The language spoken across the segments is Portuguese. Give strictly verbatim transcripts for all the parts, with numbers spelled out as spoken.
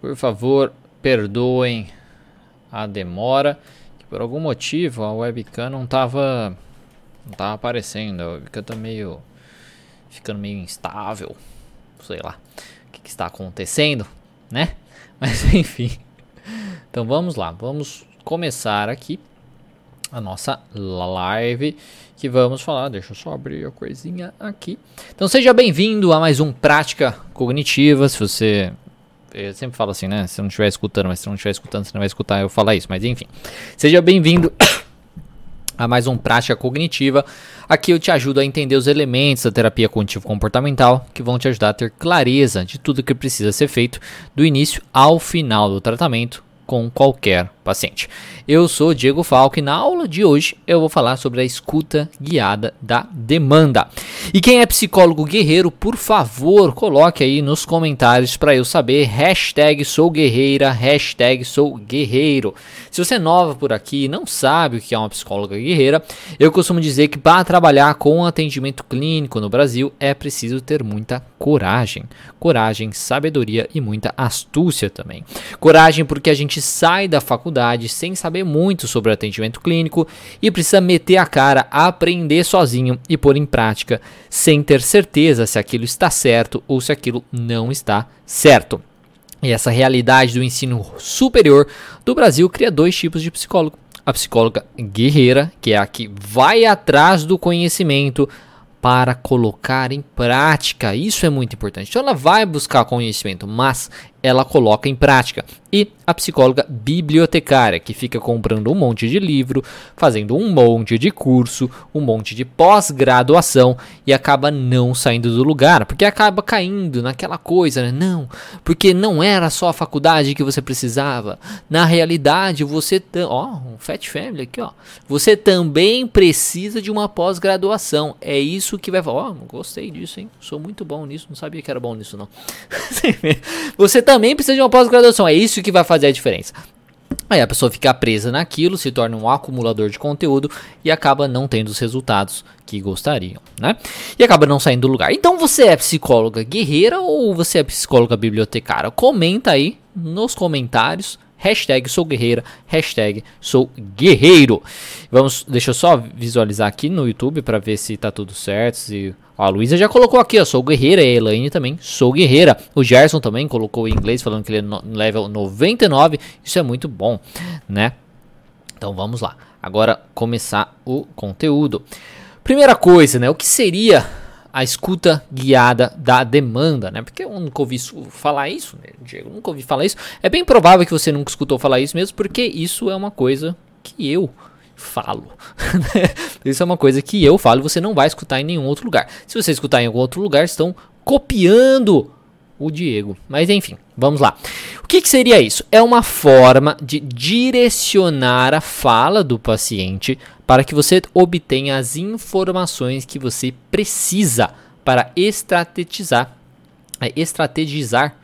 Por favor, perdoem a demora, que por algum motivo a webcam não estava não tava aparecendo. A webcam tá meio ficando meio instável, sei lá o que, que está acontecendo, né? Mas enfim, então vamos lá, vamos começar aqui a nossa live, que vamos falar, deixa eu só abrir a coisinha aqui. Então seja bem-vindo a mais um Prática Cognitiva. Se você, eu sempre falo assim, né, se não estiver escutando, mas se não estiver escutando, você não vai escutar eu falar isso, mas enfim. Seja bem-vindo a mais um Prática Cognitiva. Aqui eu te ajudo a entender os elementos da terapia cognitivo-comportamental que vão te ajudar a ter clareza de tudo que precisa ser feito do início ao final do tratamento com qualquer paciente. Eu sou Diego Falck e na aula de hoje eu vou falar sobre a escuta guiada da demanda. E quem é psicólogo guerreiro, por favor, coloque aí nos comentários para eu saber, hashtag sou guerreira, hashtag sou guerreiro. Se você é nova por aqui e não sabe o que é uma psicóloga guerreira, eu costumo dizer que para trabalhar com atendimento clínico no Brasil é preciso ter muita coragem. Coragem, sabedoria e muita astúcia também. Coragem porque a gente sai da faculdade sem saber muito sobre o atendimento clínico e precisa meter a cara, aprender sozinho e pôr em prática sem ter certeza se aquilo está certo ou se aquilo não está certo. E essa realidade do ensino superior do Brasil cria dois tipos de psicólogo. A psicóloga guerreira, que é a que vai atrás do conhecimento para colocar em prática. Isso é muito importante. Então ela vai buscar conhecimento, mas ela coloca em prática. E a psicóloga bibliotecária, que fica comprando um monte de livro, fazendo um monte de curso, um monte de pós-graduação e acaba não saindo do lugar, porque acaba caindo naquela coisa, né? Não, porque não era só a faculdade que você precisava. Na realidade, você... Ó, um Fat Family aqui, ó. Você também precisa de uma pós-graduação. É isso que vai... Ó, gostei disso, hein? Sou muito bom nisso, não sabia que era bom nisso, não. Você também precisa de uma pós-graduação. É isso que vai fazer a diferença. Aí a pessoa fica presa naquilo, se torna um acumulador de conteúdo e acaba não tendo os resultados que gostariam, né? E acaba não saindo do lugar. Então você é psicóloga guerreira ou você é psicóloga bibliotecária? Comenta aí nos comentários. Hashtag sou guerreira, hashtag sou guerreiro. Vamos, deixa eu só visualizar aqui no YouTube para ver se tá tudo certo. Se... Ó, a Luísa já colocou aqui, ó, sou guerreira. E a Elaine também, sou guerreira. O Gerson também colocou em inglês, falando que ele é no level noventa e nove. Isso é muito bom, né? Então vamos lá. Agora começar o conteúdo. Primeira coisa, né? O que seria a escuta guiada da demanda, né? Porque eu nunca ouvi falar isso, né, Diego? Eu nunca ouvi falar isso. É bem provável que você nunca escutou falar isso mesmo, porque isso é uma coisa que eu falo. Isso é uma coisa que eu falo e você não vai escutar em nenhum outro lugar. Se você escutar em algum outro lugar, estão copiando o Diego. Mas enfim, vamos lá. O que, que seria isso? É uma forma de direcionar a fala do paciente para que você obtenha as informações que você precisa para estrategizar, estrategizar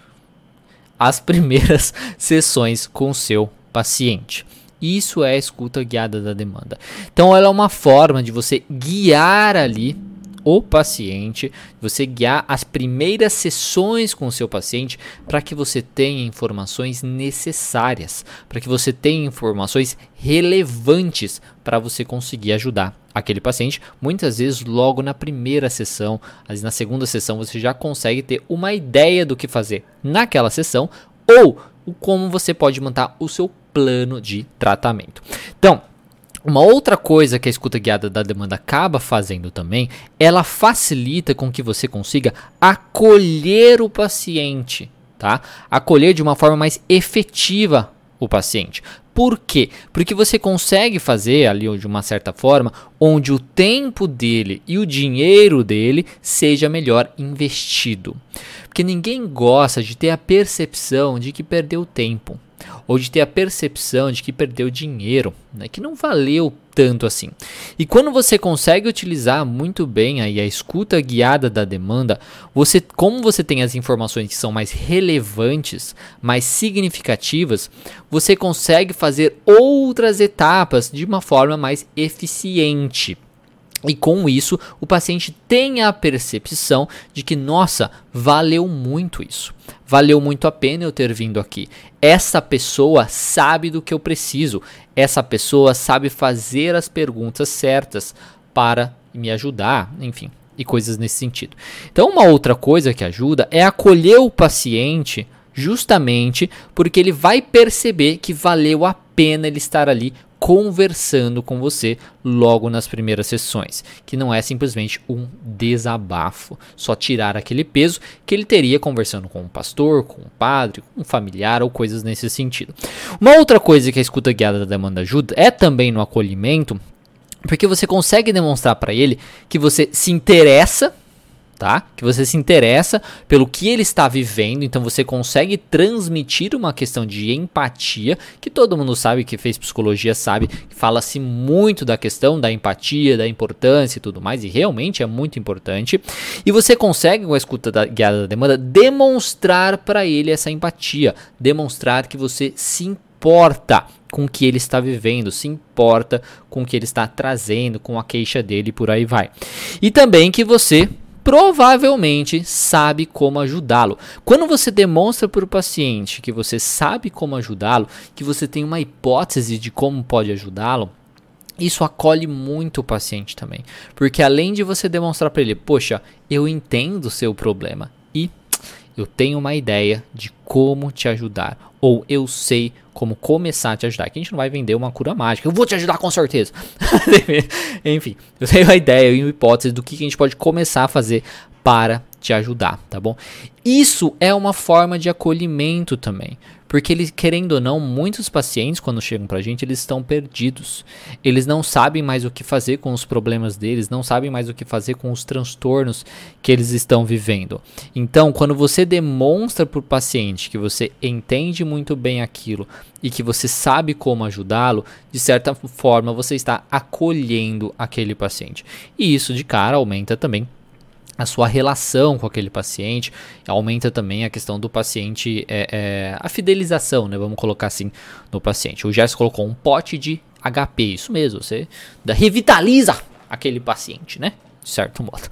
as primeiras sessões com o seu paciente. Isso é a escuta guiada da demanda. Então ela é uma forma de você guiar ali o paciente, você guiar as primeiras sessões com o seu paciente para que você tenha informações necessárias, para que você tenha informações relevantes para você conseguir ajudar aquele paciente. Muitas vezes logo na primeira sessão, mas na segunda sessão você já consegue ter uma ideia do que fazer naquela sessão ou como você pode montar o seu plano de tratamento. Então, uma outra coisa que a escuta guiada da demanda acaba fazendo também, ela facilita com que você consiga acolher o paciente, tá? Acolher de uma forma mais efetiva o paciente. Por quê? Porque você consegue fazer ali de uma certa forma onde o tempo dele e o dinheiro dele seja melhor investido. Porque ninguém gosta de ter a percepção de que perdeu tempo. Ou de ter a percepção de que perdeu dinheiro, né, que não valeu tanto assim. E quando você consegue utilizar muito bem aí a escuta guiada da demanda, você, como você tem as informações que são mais relevantes, mais significativas, você consegue fazer outras etapas de uma forma mais eficiente. E com isso, o paciente tem a percepção de que, nossa, valeu muito isso. Valeu muito a pena eu ter vindo aqui. Essa pessoa sabe do que eu preciso. Essa pessoa sabe fazer as perguntas certas para me ajudar, enfim, e coisas nesse sentido. Então, uma outra coisa que ajuda é acolher o paciente justamente porque ele vai perceber que valeu a pena ele estar ali conversando com você logo nas primeiras sessões, que não é simplesmente um desabafo, só tirar aquele peso que ele teria conversando com um pastor, com um padre, com um familiar ou coisas nesse sentido. Uma outra coisa que a escuta guiada da demanda ajuda é também no acolhimento, porque você consegue demonstrar para ele que você se interessa, tá? Que você se interessa pelo que ele está vivendo, então você consegue transmitir uma questão de empatia, que todo mundo sabe, que fez psicologia sabe, que fala-se muito da questão da empatia, da importância e tudo mais, e realmente é muito importante, e você consegue, com a escuta da, guiada da demanda, demonstrar para ele essa empatia, demonstrar que você se importa com o que ele está vivendo, se importa com o que ele está trazendo, com a queixa dele e por aí vai. E também que você provavelmente sabe como ajudá-lo. Quando você demonstra para o paciente que você sabe como ajudá-lo, que você tem uma hipótese de como pode ajudá-lo, isso acolhe muito o paciente também. Porque além de você demonstrar para ele, poxa, eu entendo o seu problema e eu tenho uma ideia de como te ajudar, ou eu sei como começar a te ajudar. Aqui a gente não vai vender uma cura mágica, eu vou te ajudar com certeza. Enfim, eu tenho uma ideia e uma hipótese do que a gente pode começar a fazer para te ajudar, tá bom? Isso é uma forma de acolhimento também, porque eles, querendo ou não, muitos pacientes quando chegam pra gente, eles estão perdidos, eles não sabem mais o que fazer com os problemas deles, não sabem mais o que fazer com os transtornos que eles estão vivendo. Então, quando você demonstra pro paciente que você entende muito bem aquilo e que você sabe como ajudá-lo, de certa forma você está acolhendo aquele paciente, e isso de cara aumenta também a sua relação com aquele paciente, aumenta também a questão do paciente, é, é, a fidelização, né, vamos colocar assim, no paciente. O Gerson colocou um pote de H P, isso mesmo, você revitaliza aquele paciente, né, de certo modo.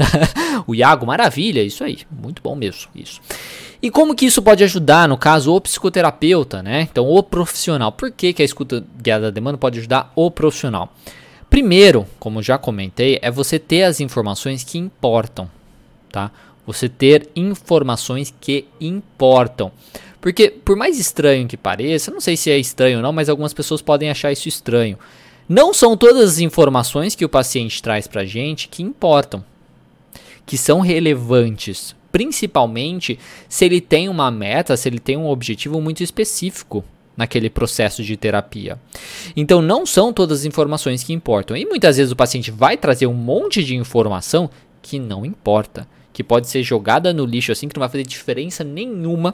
O Iago, maravilha, isso aí, muito bom mesmo, isso. E como que isso pode ajudar, no caso, o psicoterapeuta, né, então o profissional. Por que que a escuta guiada da demanda pode ajudar o profissional? Primeiro, como já comentei, é você ter as informações que importam, tá? Você ter informações que importam. Porque, por mais estranho que pareça, não sei se é estranho ou não, mas algumas pessoas podem achar isso estranho. Não são todas as informações que o paciente traz pra gente que importam, que são relevantes, principalmente se ele tem uma meta, se ele tem um objetivo muito específico naquele processo de terapia. Então não são todas as informações que importam. E muitas vezes o paciente vai trazer um monte de informação que não importa, que pode ser jogada no lixo assim, que não vai fazer diferença nenhuma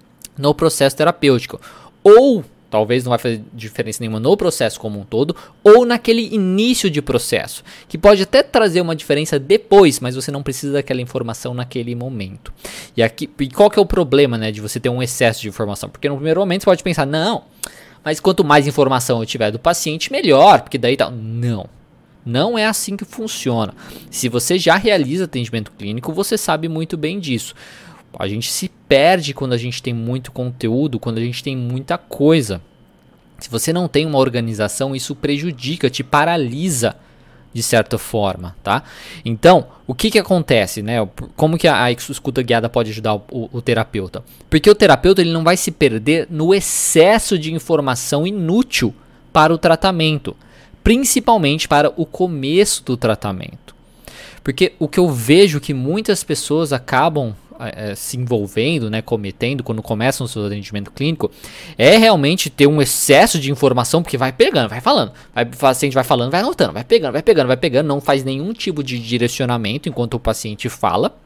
no processo terapêutico. Ou talvez não vai fazer diferença nenhuma no processo como um todo, ou naquele início de processo, que pode até trazer uma diferença depois, mas você não precisa daquela informação naquele momento. E, aqui, e qual que é o problema, né, de você ter um excesso de informação? Porque no primeiro momento você pode pensar, não, mas quanto mais informação eu tiver do paciente, melhor, porque daí tal. Não, não é assim que funciona. Se você já realiza atendimento clínico, você sabe muito bem disso. A gente se perde quando a gente tem muito conteúdo, quando a gente tem muita coisa. Se você não tem uma organização, isso prejudica, te paralisa de certa forma, tá? Então, o que que acontece, né? Como que a, a escuta guiada pode ajudar o, o, o terapeuta? Porque o terapeuta ele não vai se perder no excesso de informação inútil para o tratamento, principalmente para o começo do tratamento. Porque o que eu vejo que muitas pessoas acabam É, se envolvendo, né, cometendo quando começam o seu atendimento clínico, é realmente ter um excesso de informação, porque vai pegando, vai falando, vai, o paciente vai falando, vai anotando, vai pegando, vai pegando, vai pegando, não faz nenhum tipo de direcionamento enquanto o paciente fala,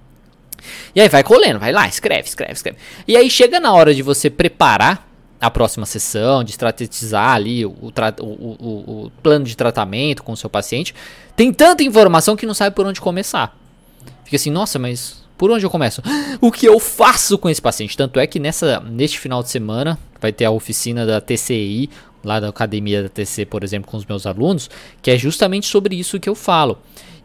e aí vai colhendo, vai lá, escreve, escreve, escreve, e aí chega na hora de você preparar a próxima sessão, de estrategizar ali o, o, o, o plano de tratamento com o seu paciente, tem tanta informação que não sabe por onde começar, fica assim, nossa, mas por onde eu começo? O que eu faço com esse paciente? Tanto é que nessa, neste final de semana vai ter a oficina da T C I, lá da academia da T C, por exemplo, com os meus alunos, que é justamente sobre isso que eu falo.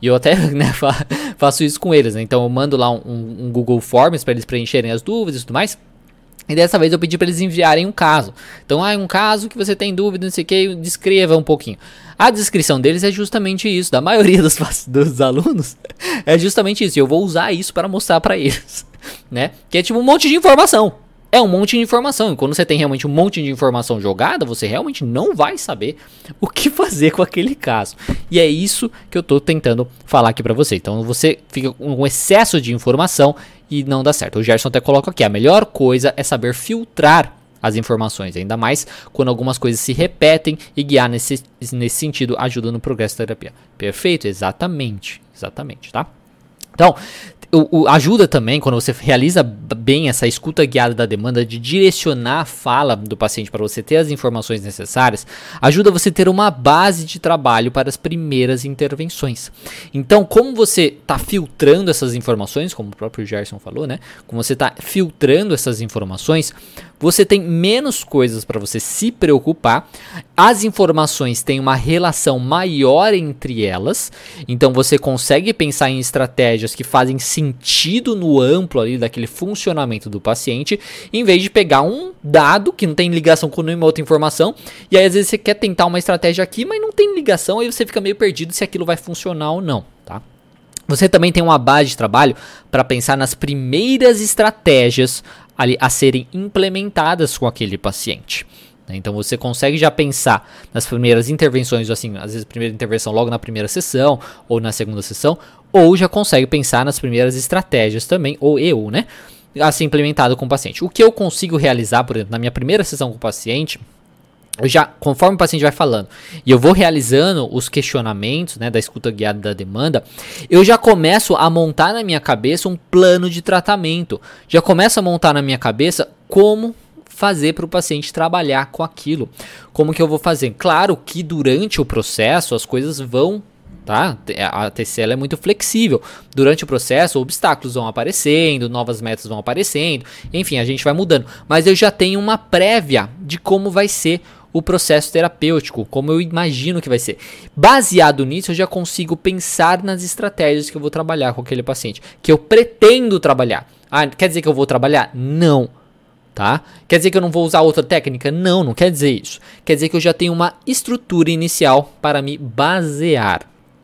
E eu até, né, fa- faço isso com eles, né? Então eu mando lá um, um Google Forms para eles preencherem as dúvidas e tudo mais. E dessa vez eu pedi para eles enviarem um caso. Então, ah, um caso que você tem dúvida, não sei o que, descreva um pouquinho. A descrição deles é justamente isso, da maioria dos, dos alunos, é justamente isso. E eu vou usar isso para mostrar para eles, né? Que é tipo um monte de informação. É um monte de informação. E quando você tem realmente um monte de informação jogada, você realmente não vai saber o que fazer com aquele caso. E é isso que eu tô tentando falar aqui para você. Então você fica com um excesso de informação e não dá certo. O Gerson até coloca aqui, a melhor coisa é saber filtrar as informações, ainda mais quando algumas coisas se repetem, e guiar nesse, nesse sentido ajuda no progresso da terapia. Perfeito? Exatamente. Exatamente, tá? Então, o, o, ajuda também, quando você realiza bem essa escuta guiada da demanda, de direcionar a fala do paciente para você ter as informações necessárias, ajuda você a ter uma base de trabalho para as primeiras intervenções. Então, como você está filtrando essas informações, como o próprio Gerson falou, né? Como você está filtrando essas informações, você tem menos coisas para você se preocupar, as informações têm uma relação maior entre elas, então você consegue pensar em estratégias que fazem sentido no amplo ali daquele funcionamento do paciente, em vez de pegar um dado que não tem ligação com nenhuma outra informação, e aí às vezes você quer tentar uma estratégia aqui, mas não tem ligação, aí você fica meio perdido se aquilo vai funcionar ou não, tá? Você também tem uma base de trabalho para pensar nas primeiras estratégias ali a serem implementadas com aquele paciente. Então você consegue já pensar nas primeiras intervenções, assim, às vezes a primeira intervenção logo na primeira sessão ou na segunda sessão, ou já consegue pensar nas primeiras estratégias também, ou eu, né, a ser implementado com o paciente. O que eu consigo realizar, por exemplo, na minha primeira sessão com o paciente, eu já, conforme o paciente vai falando, e eu vou realizando os questionamentos, né, da escuta guiada da demanda, eu já começo a montar na minha cabeça um plano de tratamento. Já começo a montar na minha cabeça como fazer para o paciente trabalhar com aquilo. Como que eu vou fazer? Claro que durante o processo as coisas vão, tá? A T C ela é muito flexível. Durante o processo, obstáculos vão aparecendo, novas metas vão aparecendo, enfim, a gente vai mudando. Mas eu já tenho uma prévia de como vai ser o processo terapêutico, como eu imagino que vai ser. Baseado nisso, eu já consigo pensar nas estratégias que eu vou trabalhar com aquele paciente, que eu pretendo trabalhar. Ah, quer dizer que eu vou trabalhar? Não. Tá? Quer dizer que eu não vou usar outra técnica? Não, não quer dizer isso. Quer dizer que eu já tenho uma estrutura inicial para me basear.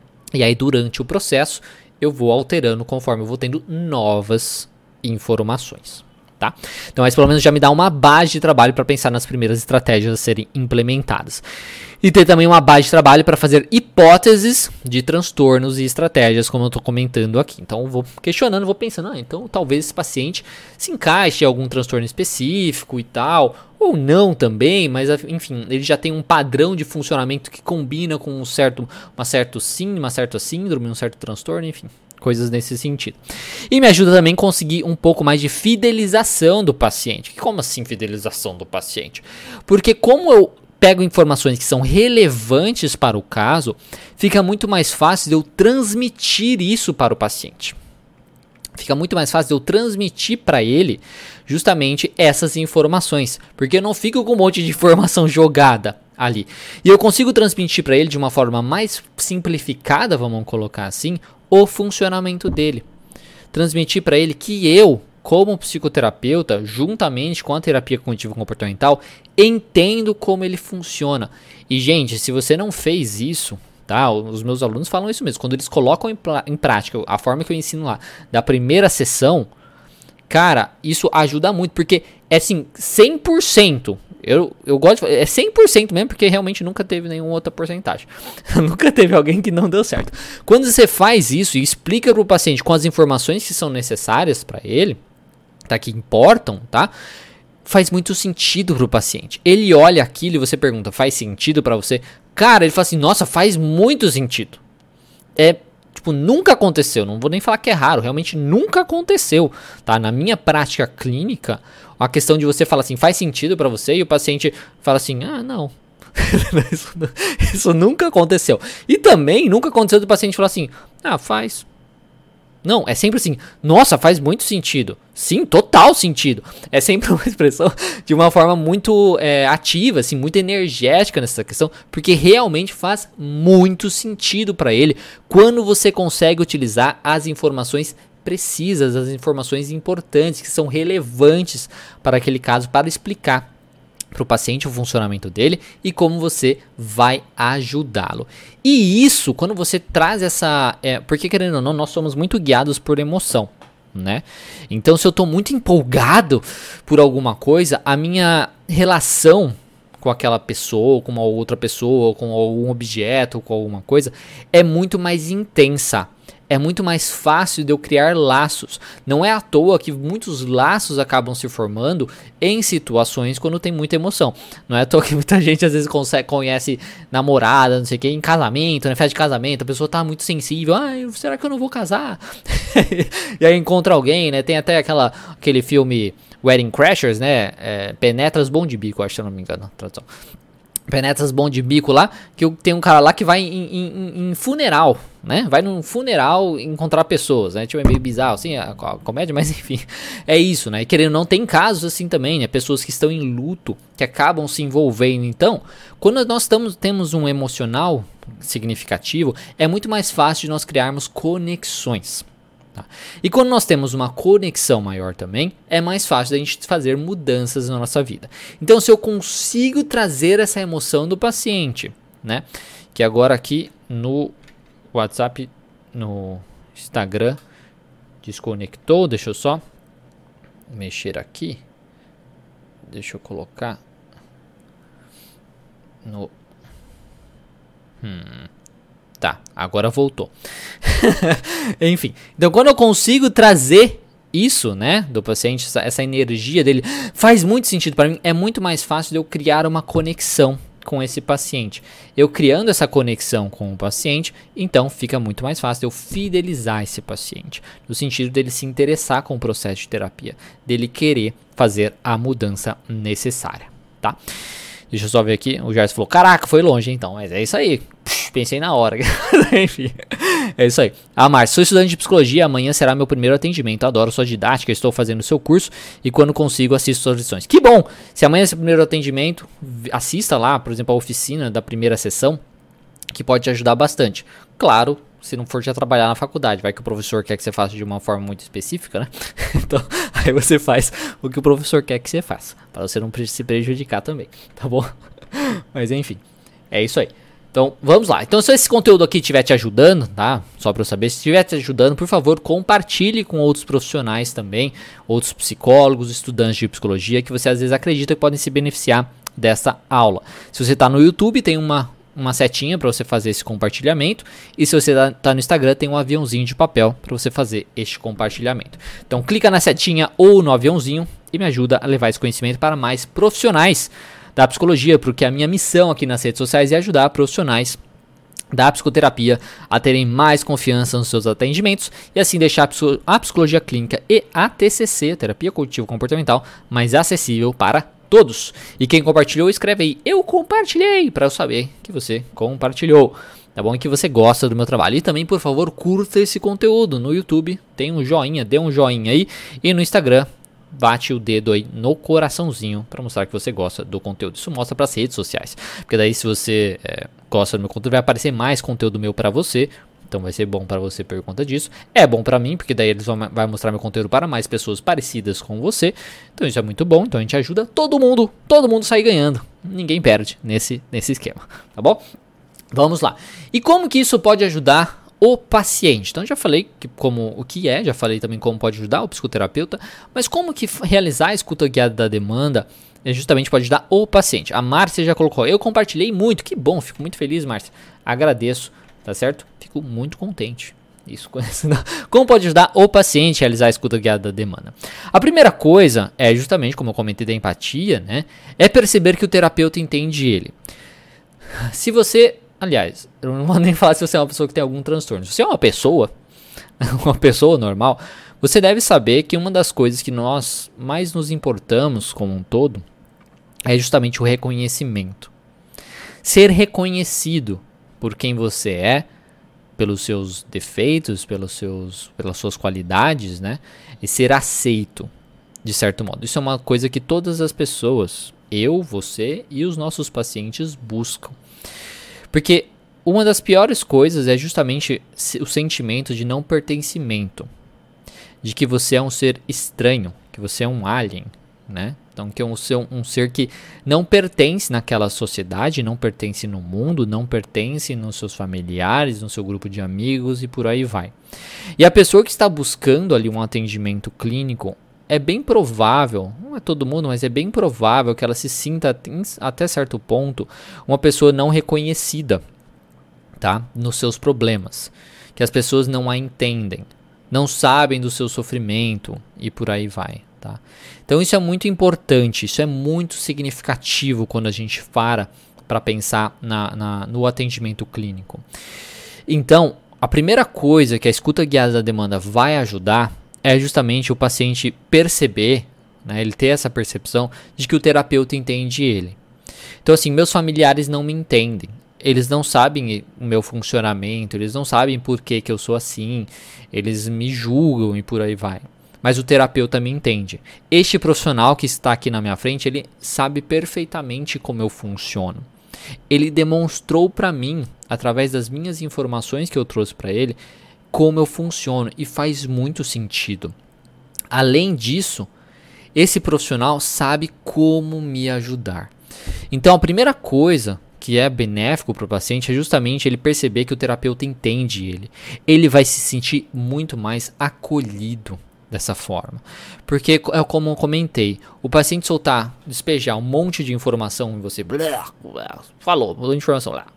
E aí, durante o processo, eu vou alterando conforme eu vou tendo novas informações. Tá? Então, mas pelo menos já me dá uma base de trabalho para pensar nas primeiras estratégias a serem implementadas. E ter também uma base de trabalho para fazer hipóteses de transtornos e estratégias, como eu estou comentando aqui. Então, eu vou questionando, vou pensando, ah, então talvez esse paciente se encaixe em algum transtorno específico e tal, ou não também, mas enfim, ele já tem um padrão de funcionamento que combina com um certo, uma certo sim, uma certa síndrome, um certo transtorno, enfim. Coisas nesse sentido. E me ajuda também a conseguir um pouco mais de fidelização do paciente. Como assim fidelização do paciente? Porque como eu pego informações que são relevantes para o caso, fica muito mais fácil de eu transmitir isso para o paciente. Fica muito mais fácil de eu transmitir para ele justamente essas informações. Porque eu não fico com um monte de informação jogada ali. E eu consigo transmitir para ele de uma forma mais simplificada, vamos colocar assim, o funcionamento dele. Transmitir para ele que eu, como psicoterapeuta, juntamente com a terapia cognitivo-comportamental, entendo como ele funciona. E, gente, se você não fez isso, tá? Os meus alunos falam isso mesmo. Quando eles colocam em, em prática a forma que eu ensino lá, da primeira sessão, cara, isso ajuda muito, porque é assim, cem por cento. Eu, eu gosto de, é cem por cento mesmo, porque realmente nunca teve nenhuma outra porcentagem. Nunca teve alguém que não deu certo. Quando você faz isso e explica para o paciente com as informações que são necessárias para ele, tá, que importam, tá? Faz muito sentido para o paciente. Ele olha aquilo e você pergunta, faz sentido para você? Cara, ele fala assim, nossa, faz muito sentido. É, tipo, nunca aconteceu. Não vou nem falar que é raro, realmente nunca aconteceu, tá? Na minha prática clínica, a questão de você falar assim, faz sentido pra você, e o paciente fala assim, ah, não. isso, isso nunca aconteceu. E também nunca aconteceu do paciente falar assim, ah, faz. Não, é sempre assim, nossa, faz muito sentido. Sim, total sentido. É sempre uma expressão de uma forma muito é, ativa, assim, muito energética nessa questão, porque realmente faz muito sentido para ele quando você consegue utilizar as informações precisas, as informações importantes, que são relevantes para aquele caso, para explicar para o paciente o funcionamento dele e como você vai ajudá-lo. E isso, quando você traz essa... É, porque querendo ou não, nós somos muito guiados por emoção, né? Então, se eu estou muito empolgado por alguma coisa, a minha relação com aquela pessoa, com uma outra pessoa, com algum objeto, com alguma coisa, é muito mais intensa. É muito mais fácil de eu criar laços. Não é à toa que muitos laços acabam se formando em situações quando tem muita emoção. Não é à toa que muita gente às vezes consegue, conhece namorada, não sei o que, em casamento, né, festa de casamento, a pessoa tá muito sensível. Ah, será que eu não vou casar? E aí encontra alguém, né? Tem até aquela, aquele filme Wedding Crashers, né? É, Penetras Bom de Bico, acho que eu não me engano, tradução. Penetras Bom de Bico lá, que tem um cara lá que vai em, em, em funeral, né? Vai num funeral encontrar pessoas, né? Tipo, é meio bizarro, assim, a, a comédia, mas enfim, é isso, né? E querendo ou não, tem casos assim também, né? Pessoas que estão em luto, que acabam se envolvendo. Então, quando nós estamos, temos um emocional significativo, é muito mais fácil de nós criarmos conexões. Tá? E quando nós temos uma conexão maior também, é mais fácil da gente fazer mudanças na nossa vida. Então, se eu consigo trazer essa emoção do paciente, né? Que agora aqui no WhatsApp, no Instagram, desconectou. Deixa eu só mexer aqui. Deixa eu colocar no... Hum... Tá, agora voltou. Enfim, então quando eu consigo trazer isso, né, do paciente, essa, essa energia dele, faz muito sentido para mim, é muito mais fácil de eu criar uma conexão com esse paciente. Eu criando essa conexão com o paciente, então fica muito mais fácil de eu fidelizar esse paciente, no sentido dele se interessar com o processo de terapia, dele querer fazer a mudança necessária, tá? Deixa eu só ver aqui, o Jardim falou, caraca, foi longe então, mas é isso aí, Puxa, pensei na hora, enfim, é isso aí. Ah, Márcio, sou estudante de psicologia, amanhã será meu primeiro atendimento, adoro sua didática, estou fazendo o seu curso e quando consigo assisto suas lições. Que bom, se amanhã é seu primeiro atendimento, assista lá, por exemplo, a oficina da primeira sessão, que pode te ajudar bastante. Claro, se não for já trabalhar na faculdade, vai que o professor quer que você faça de uma forma muito específica, né? Então, aí você faz o que o professor quer que você faça, para você não se prejudicar também, tá bom? Mas enfim, é isso aí. Então, vamos lá. Então, se esse conteúdo aqui estiver te ajudando, tá? Só para eu saber, se estiver te ajudando, por favor, compartilhe com outros profissionais também, outros psicólogos, estudantes de psicologia, que você às vezes acredita que podem se beneficiar dessa aula. Se você está no YouTube, tem uma uma setinha para você fazer esse compartilhamento, e se você está no Instagram tem um aviãozinho de papel para você fazer este compartilhamento. Então clica na setinha ou no aviãozinho e me ajuda a levar esse conhecimento para mais profissionais da psicologia, porque a minha missão aqui nas redes sociais é ajudar profissionais da psicoterapia a terem mais confiança nos seus atendimentos e assim deixar a psicologia clínica e a T C C, terapia cognitivo comportamental, mais acessível para todos. E quem compartilhou, escreve aí, eu compartilhei, para eu saber que você compartilhou, tá bom? E que você gosta do meu trabalho. E também, por favor, curta esse conteúdo no YouTube, tem um joinha, dê um joinha aí. E no Instagram, bate o dedo aí no coraçãozinho para mostrar que você gosta do conteúdo. Isso mostra para as redes sociais, porque daí se você é, gosta do meu conteúdo, vai aparecer mais conteúdo meu para você. Então vai ser bom para você por conta disso. É bom para mim, porque daí eles vão vai mostrar meu conteúdo para mais pessoas parecidas com você. Então isso é muito bom. Então a gente ajuda todo mundo. Todo mundo sai ganhando. Ninguém perde nesse, nesse esquema. Tá bom? Vamos lá. E como que isso pode ajudar o paciente? Então já falei que como, o que é. Já falei também como pode ajudar o psicoterapeuta. Mas como que realizar a escuta guiada da demanda justamente pode ajudar o paciente? A Márcia já colocou. Eu compartilhei muito. Que bom. Fico muito feliz, Márcia. Agradeço. Tá certo? Fico muito contente. Isso. Como pode ajudar o paciente a realizar a escuta guiada da demanda? A primeira coisa é justamente, como eu comentei da empatia, né? É perceber que o terapeuta entende ele. Se você, aliás, eu não vou nem falar se você é uma pessoa que tem algum transtorno. Se você é uma pessoa, uma pessoa normal, você deve saber que uma das coisas que nós mais nos importamos como um todo é justamente o reconhecimento. Ser reconhecido por quem você é, pelos seus defeitos, pelos seus, pelas suas qualidades, né? E ser aceito, de certo modo. Isso é uma coisa que todas as pessoas, eu, você e os nossos pacientes buscam. Porque uma das piores coisas é justamente o sentimento de não pertencimento. De que você é um ser estranho, que você é um alien, né? Então, que é um ser, um ser que não pertence naquela sociedade, não pertence no mundo, não pertence nos seus familiares, no seu grupo de amigos e por aí vai. E a pessoa que está buscando ali um atendimento clínico, é bem provável, não é todo mundo, mas é bem provável que ela se sinta até certo ponto uma pessoa não reconhecida, tá? Nos seus problemas, que as pessoas não a entendem, não sabem do seu sofrimento e por aí vai. Tá? Então isso é muito importante, isso é muito significativo quando a gente para para pensar na, na, no atendimento clínico. Então, a primeira coisa que a escuta guiada da demanda vai ajudar é justamente o paciente perceber, né, ele ter essa percepção de que o terapeuta entende ele. Então assim, meus familiares não me entendem, eles não sabem o meu funcionamento, eles não sabem por que, que eu sou assim, eles me julgam e por aí vai. Mas o terapeuta me entende. Este profissional que está aqui na minha frente, ele sabe perfeitamente como eu funciono. Ele demonstrou para mim, através das minhas informações que eu trouxe para ele, como eu funciono e faz muito sentido. Além disso, esse profissional sabe como me ajudar. Então a primeira coisa que é benéfico para o paciente é justamente ele perceber que o terapeuta entende ele. Ele vai se sentir muito mais acolhido dessa forma. Porque, é como eu comentei, o paciente soltar, despejar um monte de informação em você, blá, blá, falou, falou informação lá,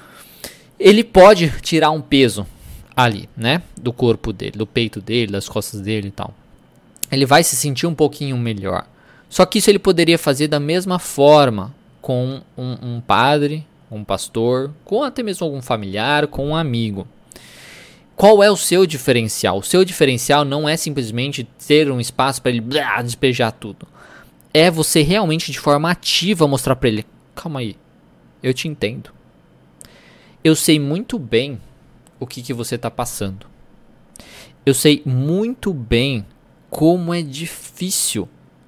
ele pode tirar um peso ali, né, do corpo dele, do peito dele, das costas dele e tal. Ele vai se sentir um pouquinho melhor. Só que isso ele poderia fazer da mesma forma com um, um padre, um pastor, com até mesmo algum familiar, com um amigo. Qual é o seu diferencial? O seu diferencial não é simplesmente ter um espaço para ele blá, despejar tudo. É você realmente de forma ativa mostrar para ele, calma aí, eu te entendo. Eu sei muito bem o que, que você está passando. Eu sei muito bem como é difícil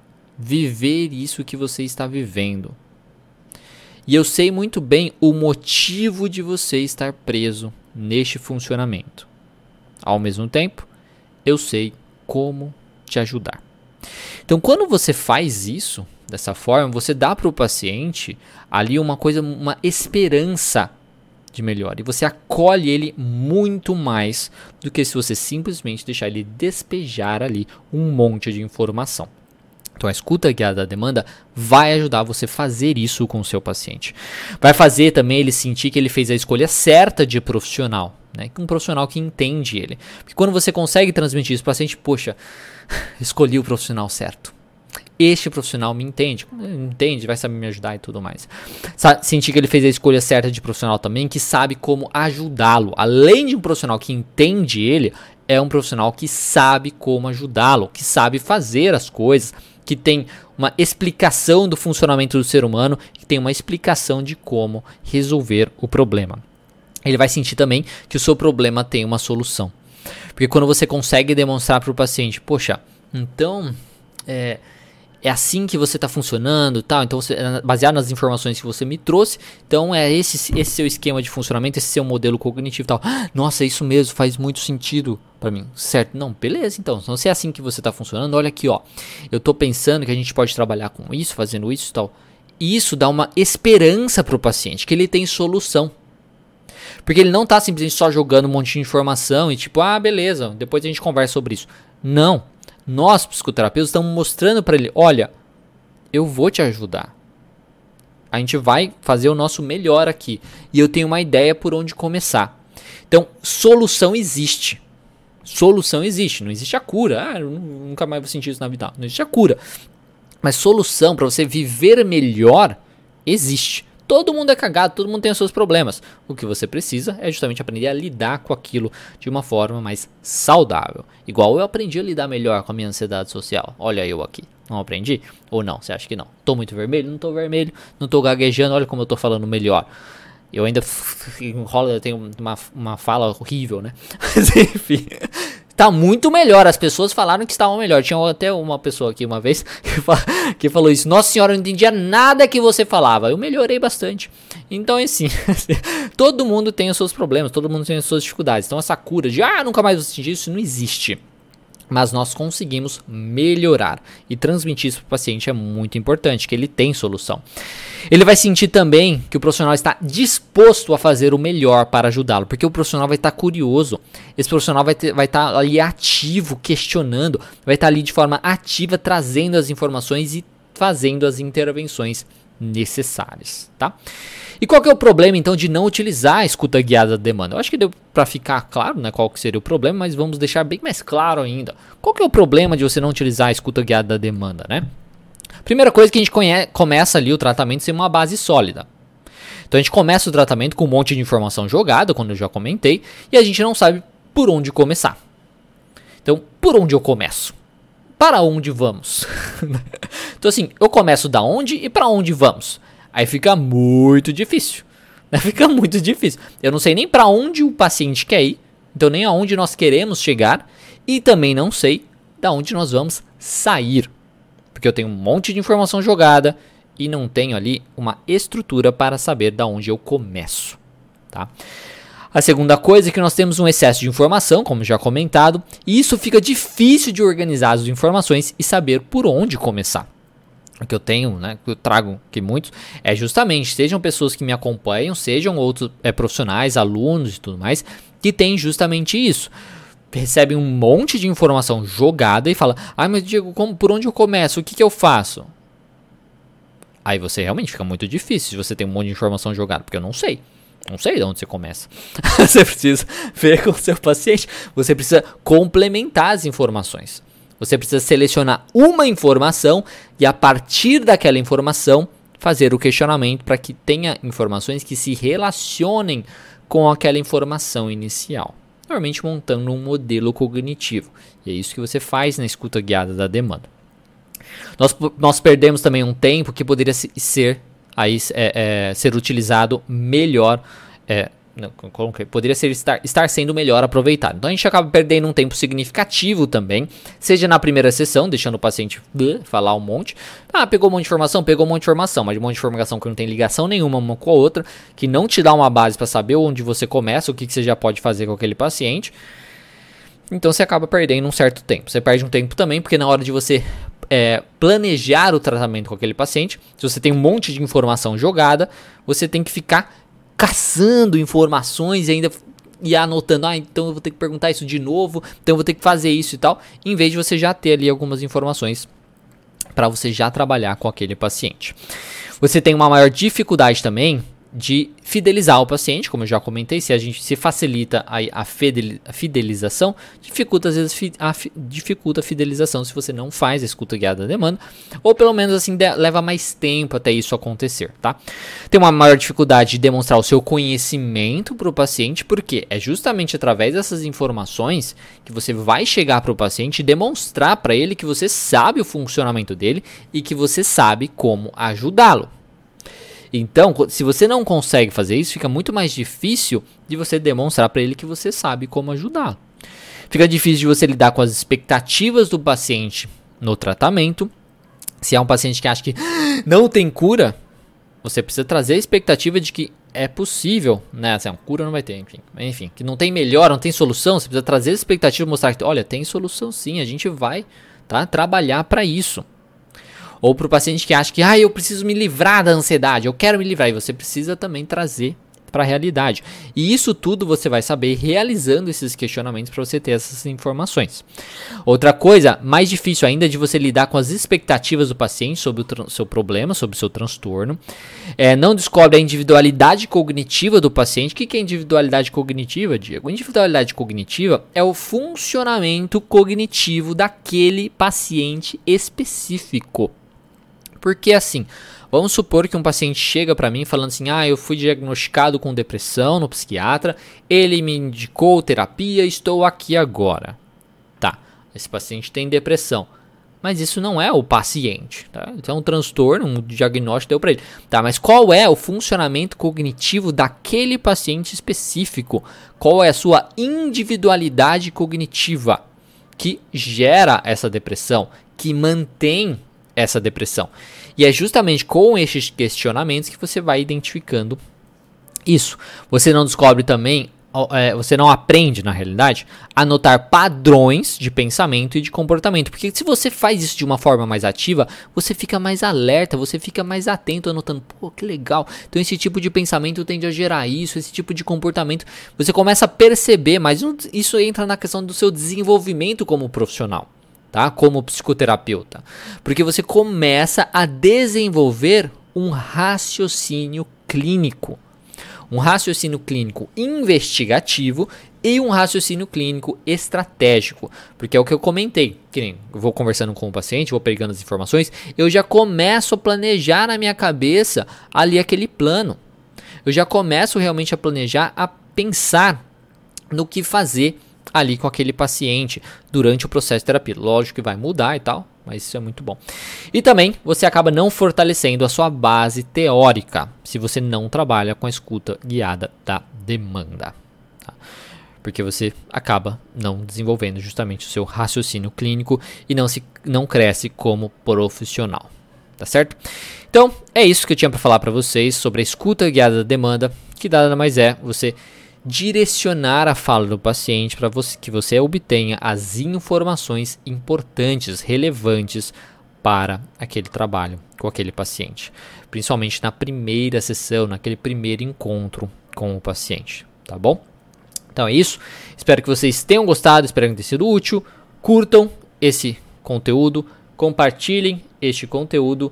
viver isso que você está vivendo. E eu sei muito bem o motivo de você estar preso neste funcionamento. Ao mesmo tempo, eu sei como te ajudar. Então, quando você faz isso, dessa forma, você dá para o paciente ali uma coisa, uma esperança de melhora. E você acolhe ele muito mais do que se você simplesmente deixar ele despejar ali um monte de informação. Então, a escuta guiada da demanda vai ajudar você a fazer isso com o seu paciente. Vai fazer também ele sentir que ele fez a escolha certa de profissional, né? Um profissional que entende ele. Porque quando você consegue transmitir isso para o paciente, poxa, escolhi o profissional certo. Este profissional me entende, entende, vai saber me ajudar e tudo mais. Sentir que ele fez a escolha certa de profissional também, que sabe como ajudá-lo. Além de um profissional que entende ele, é um profissional que sabe como ajudá-lo, que sabe fazer as coisas, que tem uma explicação do funcionamento do ser humano, que tem uma explicação de como resolver o problema. Ele vai sentir também que o seu problema tem uma solução. Porque quando você consegue demonstrar para o paciente, poxa, então é, é assim que você está funcionando, tal. Então, você, baseado nas informações que você me trouxe, então é esse, esse seu esquema de funcionamento, esse seu modelo cognitivo, tal. Nossa, isso mesmo, faz muito sentido para mim, certo? Não, beleza, então. Então, se é assim que você está funcionando, olha aqui, ó. Eu estou pensando que a gente pode trabalhar com isso, fazendo isso, tal. E isso dá uma esperança para o paciente, que ele tem solução. Porque ele não está simplesmente só jogando um monte de informação e tipo, ah, beleza, depois a gente conversa sobre isso. Não. Nós, psicoterapeutas, estamos mostrando para ele, olha, eu vou te ajudar. A gente vai fazer o nosso melhor aqui. E eu tenho uma ideia por onde começar. Então, solução existe. Solução existe. Não existe a cura. Ah, eu nunca mais vou sentir isso na vida. Não existe a cura. Mas solução para você viver melhor existe. Todo mundo é cagado, todo mundo tem os seus problemas. O que você precisa é justamente aprender a lidar com aquilo de uma forma mais saudável. Igual eu aprendi a lidar melhor com a minha ansiedade social. Olha eu aqui. Não aprendi? Ou não? Você acha que não? Tô muito vermelho? Não tô vermelho. Não tô gaguejando. Olha como eu tô falando melhor. Eu ainda enrolo, eu tenho uma, uma fala horrível, né? Mas enfim, tá muito melhor. As pessoas falaram que estavam melhor. Tinha até uma pessoa aqui uma vez que falou isso. Nossa senhora, eu não entendia nada que você falava. Eu melhorei bastante. Então, assim, todo mundo tem os seus problemas, todo mundo tem as suas dificuldades. Então, essa cura de, ah, nunca mais vou sentir isso, não existe. Mas nós conseguimos melhorar. E transmitir isso para o paciente é muito importante, que ele tem solução. Ele vai sentir também que o profissional está disposto a fazer o melhor para ajudá-lo. Porque o profissional vai estar curioso. Esse profissional vai, ter, vai estar ali ativo, questionando. Vai estar ali de forma ativa, trazendo as informações e fazendo as intervenções necessárias, tá? E qual que é o problema, então, de não utilizar a escuta guiada da demanda? Eu acho que deu para ficar claro, né, qual que seria o problema, mas vamos deixar bem mais claro ainda. Qual que é o problema de você não utilizar a escuta guiada da demanda, né? Primeira coisa que a gente conhece, começa ali o tratamento sem uma base sólida. Então a gente começa o tratamento com um monte de informação jogada, como eu já comentei, e a gente não sabe por onde começar. Então, por onde eu começo? Para onde vamos? Então assim, eu começo da onde e para onde vamos? Aí fica muito difícil, né? Fica muito difícil. Eu não sei nem para onde o paciente quer ir, então nem aonde nós queremos chegar, e também não sei da onde nós vamos sair, porque eu tenho um monte de informação jogada e não tenho ali uma estrutura para saber da onde eu começo, tá? A segunda coisa é que nós temos um excesso de informação, como já comentado, e isso fica difícil de organizar as informações e saber por onde começar. O que eu tenho, né, que eu trago aqui muitos, é justamente, sejam pessoas que me acompanham, sejam outros é, profissionais, alunos e tudo mais, que tem justamente isso. Recebem um monte de informação jogada e fala, ah, mas Diego, como, por onde eu começo? O que, que eu faço? Aí você realmente fica muito difícil se você tem um monte de informação jogada, porque eu não sei. Não sei de onde você começa. Você precisa ver com o seu paciente, você precisa complementar as informações. Você precisa selecionar uma informação e a partir daquela informação fazer o questionamento para que tenha informações que se relacionem com aquela informação inicial. Normalmente montando um modelo cognitivo. E é isso que você faz na escuta guiada da demanda. Nós, nós perdemos também um tempo que poderia ser, aí, é, é, ser utilizado melhor. É, Não, poderia ser estar, estar sendo melhor aproveitado. Então a gente acaba perdendo um tempo significativo também, seja na primeira sessão, deixando o paciente uh, falar um monte. Ah, pegou um monte de informação, pegou um monte de informação, mas um monte de informação que não tem ligação nenhuma uma com a outra, que não te dá uma base para saber onde você começa, o que, que você já pode fazer com aquele paciente. Então você acaba perdendo um certo tempo. Você perde um tempo também, porque na hora de você é, planejar o tratamento com aquele paciente, se você tem um monte de informação jogada, você tem que ficar caçando informações e ainda e anotando, ah, então eu vou ter que perguntar isso de novo, então eu vou ter que fazer isso e tal, em vez de você já ter ali algumas informações para você já trabalhar com aquele paciente. Você tem uma maior dificuldade também de fidelizar o paciente, como eu já comentei, se a gente se facilita a, a, fidel, a fidelização, dificulta às vezes fi, a, dificulta a fidelização se você não faz a escuta guiada da demanda, ou pelo menos assim de, leva mais tempo até isso acontecer, tá? Tem uma maior dificuldade de demonstrar o seu conhecimento para o paciente, porque é justamente através dessas informações que você vai chegar para o paciente e demonstrar para ele que você sabe o funcionamento dele e que você sabe como ajudá-lo. Então, se você não consegue fazer isso, fica muito mais difícil de você demonstrar para ele que você sabe como ajudá-lo. Fica difícil de você lidar com as expectativas do paciente no tratamento. Se é um paciente que acha que não tem cura, você precisa trazer a expectativa de que é possível, né? Assim, cura não vai ter, enfim. Enfim, que não tem melhor, não tem solução. Você precisa trazer a expectativa e mostrar que, olha, tem solução sim, a gente vai, tá, trabalhar para isso. Ou para o paciente que acha que ah, eu preciso me livrar da ansiedade, eu quero me livrar. E você precisa também trazer para a realidade. E isso tudo você vai saber realizando esses questionamentos para você ter essas informações. Outra coisa, mais difícil ainda, é de você lidar com as expectativas do paciente sobre o seu problema, sobre o seu transtorno. É, não descobre a individualidade cognitiva do paciente. O que é individualidade cognitiva, Diego? Individualidade cognitiva é o funcionamento cognitivo daquele paciente específico. Porque assim, vamos supor que um paciente chega para mim falando assim, ah, eu fui diagnosticado com depressão no psiquiatra, ele me indicou terapia, estou aqui agora. Tá, esse paciente tem depressão, mas isso não é o paciente, tá? Então é um transtorno, um diagnóstico deu para ele. Tá, mas qual é o funcionamento cognitivo daquele paciente específico? Qual é a sua individualidade cognitiva que gera essa depressão, que mantém essa depressão? E é justamente com esses questionamentos que você vai identificando isso. Você não descobre também, é, você não aprende, na realidade, a notar padrões de pensamento e de comportamento. Porque se você faz isso de uma forma mais ativa, você fica mais alerta, você fica mais atento, anotando, pô, que legal. Então esse tipo de pensamento tende a gerar isso, esse tipo de comportamento. Você começa a perceber, mas isso entra na questão do seu desenvolvimento como profissional, tá? Como psicoterapeuta. Porque você começa a desenvolver um raciocínio clínico. Um raciocínio clínico investigativo e um raciocínio clínico estratégico. Porque é o que eu comentei. Que nem eu vou conversando com o paciente, vou pegando as informações, eu já começo a planejar na minha cabeça ali aquele plano. Eu já começo realmente a planejar, a pensar no que fazer ali com aquele paciente durante o processo de terapia. Lógico que vai mudar e tal, mas isso é muito bom. E também você acaba não fortalecendo a sua base teórica se você não trabalha com a escuta guiada da demanda. Tá? Porque você acaba não desenvolvendo justamente o seu raciocínio clínico e não, se, não cresce como profissional. Tá certo? Então, é isso que eu tinha para falar para vocês sobre a escuta guiada da demanda, que nada mais é você direcionar a fala do paciente para você, que você obtenha as informações importantes, relevantes para aquele trabalho com aquele paciente, principalmente na primeira sessão, naquele primeiro encontro com o paciente, tá bom? Então é isso, espero que vocês tenham gostado, espero que tenha sido útil, curtam esse conteúdo, compartilhem este conteúdo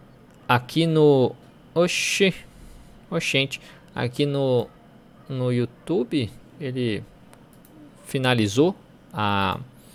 aqui no... Oxi, oxente, aqui no... No YouTube, ele finalizou a,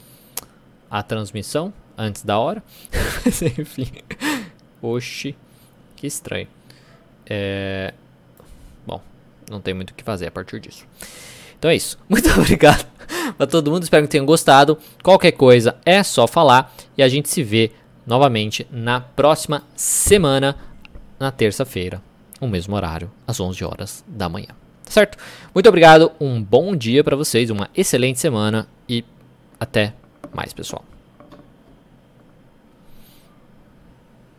a transmissão antes da hora. Enfim, oxi, que estranho. É, bom, não tem muito o que fazer a partir disso. Então é isso. Muito obrigado a todo mundo. Espero que tenham gostado. Qualquer coisa é só falar. E a gente se vê novamente na próxima semana, na terça-feira, no mesmo horário, às onze horas da manhã. Certo? Muito obrigado, um bom dia para vocês, uma excelente semana e até mais, pessoal.